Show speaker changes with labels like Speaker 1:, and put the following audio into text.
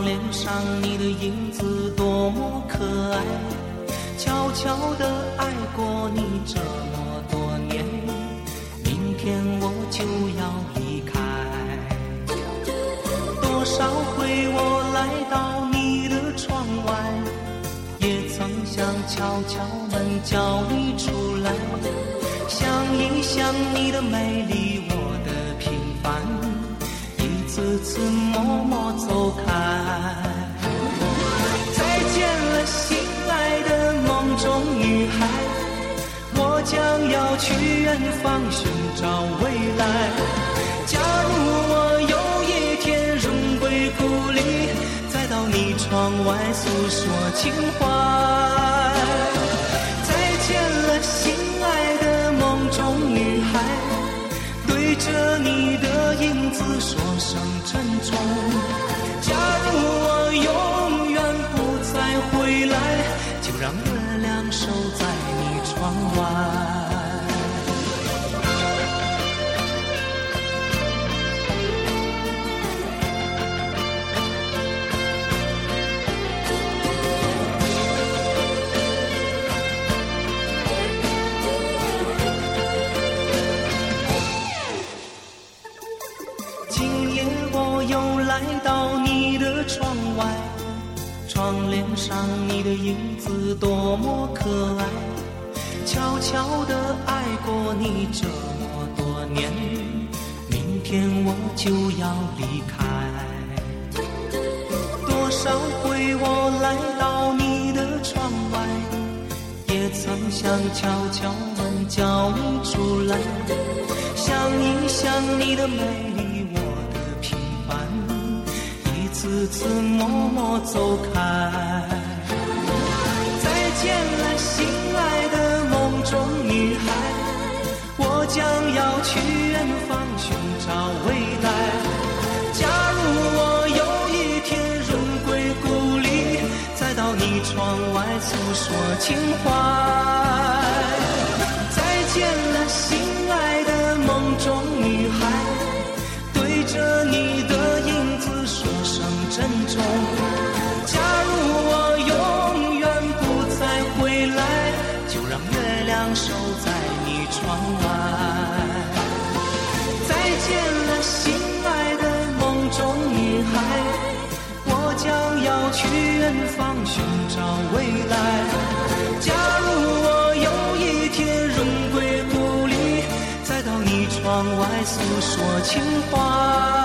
Speaker 1: 帘上你的影子多么可爱，悄悄地爱过你这么多年，明天我就要离开。多少回我来到你的窗外，也曾想敲敲门叫你出来，想一想你的美丽，我的平凡，一次次默默走开。再见了心爱的梦中女孩，我将要去远方寻找未来。假如我有一天荣归故里，再到你窗外诉说情怀。再见了心爱的梦中女孩，对着你的影子说声珍重。假如我永远不再回来，就让月亮守在你窗外。来到你的窗外，窗帘上你的影子多么可爱，悄悄地爱过你这么多年，明天我就要离开。多少回我来到你的窗外，也曾想敲敲门叫你出来，想一想你的美丽，次次默默走开。再见了心爱的梦中女孩，我将要去远方寻找未来。假如我有一天荣归故里，再到你窗外诉说情怀。再见了心爱的梦中女孩，对着你的影子说声珍重。假如我永远不再回来，就让月亮守在你窗外。再见了心爱的梦中女孩，我将要去远方寻找未来。假如我有一天荣归故里，再到你窗外诉说情怀。